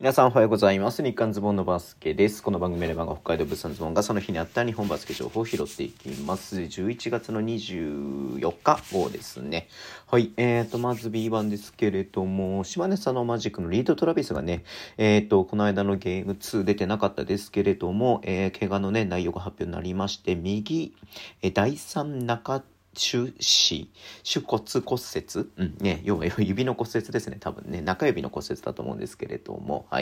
皆さんおはようございます。日刊ズボンのバスケです。この番組では北海道物産ズボンがその日にあった日本バスケ情報を拾っていきます。11月の24日号ですね。はい。まず B1 ですけれども、島根サノマジックのリード・トラビスがね、この間のゲーム2出てなかったですけれども、怪我のね、内容が発表になりまして、右、第3中手骨骨折、ね、要は指の骨折ですね。多分ね、中指の骨折だと思うんですけれども、はい。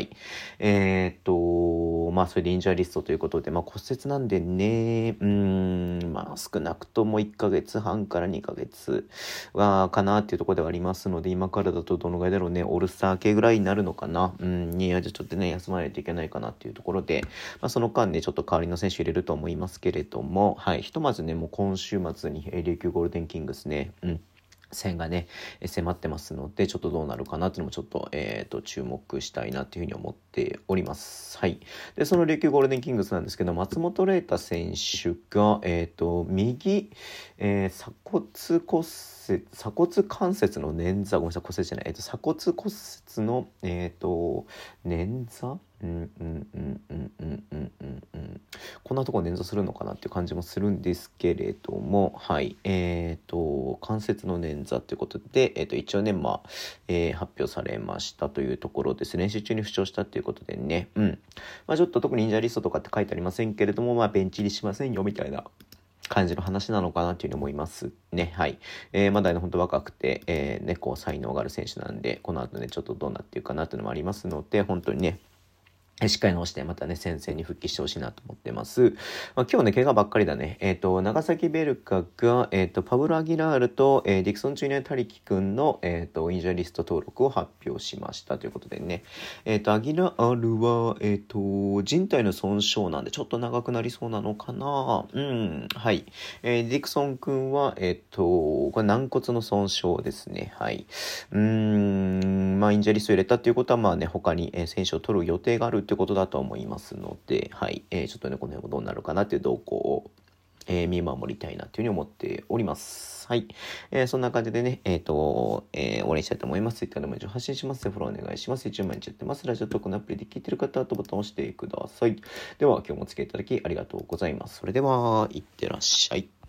それでインジャーリストということで、骨折なんでね、少なくとも1ヶ月半から2ヶ月は、かなっていうところではありますので、今からだとどのぐらいだろうね、オールスター系ぐらいになるのかな。じゃあちょっとね、休まないといけないかなっていうところで、その間ね、ちょっと代わりの選手入れると思いますけれども、はい。ひとまずね、もう今週末に、琉球ゴールデンキングスね、戦がね、迫ってますので、ちょっとどうなるかなっていうのもちょっと、注目したいなっていうふうに思っております。はい。で、その琉球ゴールデンキングスなんですけど、松本玲太選手が、右、鎖骨関節の捻挫、ごめんなさい、骨折じゃない、鎖骨骨折の、捻挫こんなところ捻挫するのかなっていう感じもするんですけれども、はい。関節の捻挫ということで、一応ね、発表されましたというところです。練習中に負傷したということでね、ちょっと特にインジャーリストとかって書いてありませんけれども、ベンチ入りしませんよみたいな感じの話なのかなというふうに思いますね。はい。まだね、本当若くて、才能がある選手なんで、この後ね、ちょっとどうなっていくかなっていうのもありますので、本当にね、しっかり直して、またね、先生に復帰してほしいなと思ってます。今日ね、怪我ばっかりだね。長崎ベルカが、パブロ・アギラールと、ディクソン・ジュニア・タリキ君の、インジャーリスト登録を発表しましたということでね。アギラールは、人体の損傷なんで、ちょっと長くなりそうなのかな。はい。ディクソン君は、これ軟骨の損傷ですね。はい。インジャーリスト入れたっていうことは、他に、選手を取る予定があるってことだと思いますので、はい。ちょっとね、この辺もどうなるかなっていう動向を、見守りたいなというふうに思っております。はい。そんな感じでね、終わりにしたいと思います。Twitter でも一応発信します。フォローお願いします。YouTube 毎日やってます。ラジオトークのアプリで聞いてる方はボタンを押してください。では、今日もお付き合いいただきありがとうございます。それでは、いってらっしゃい。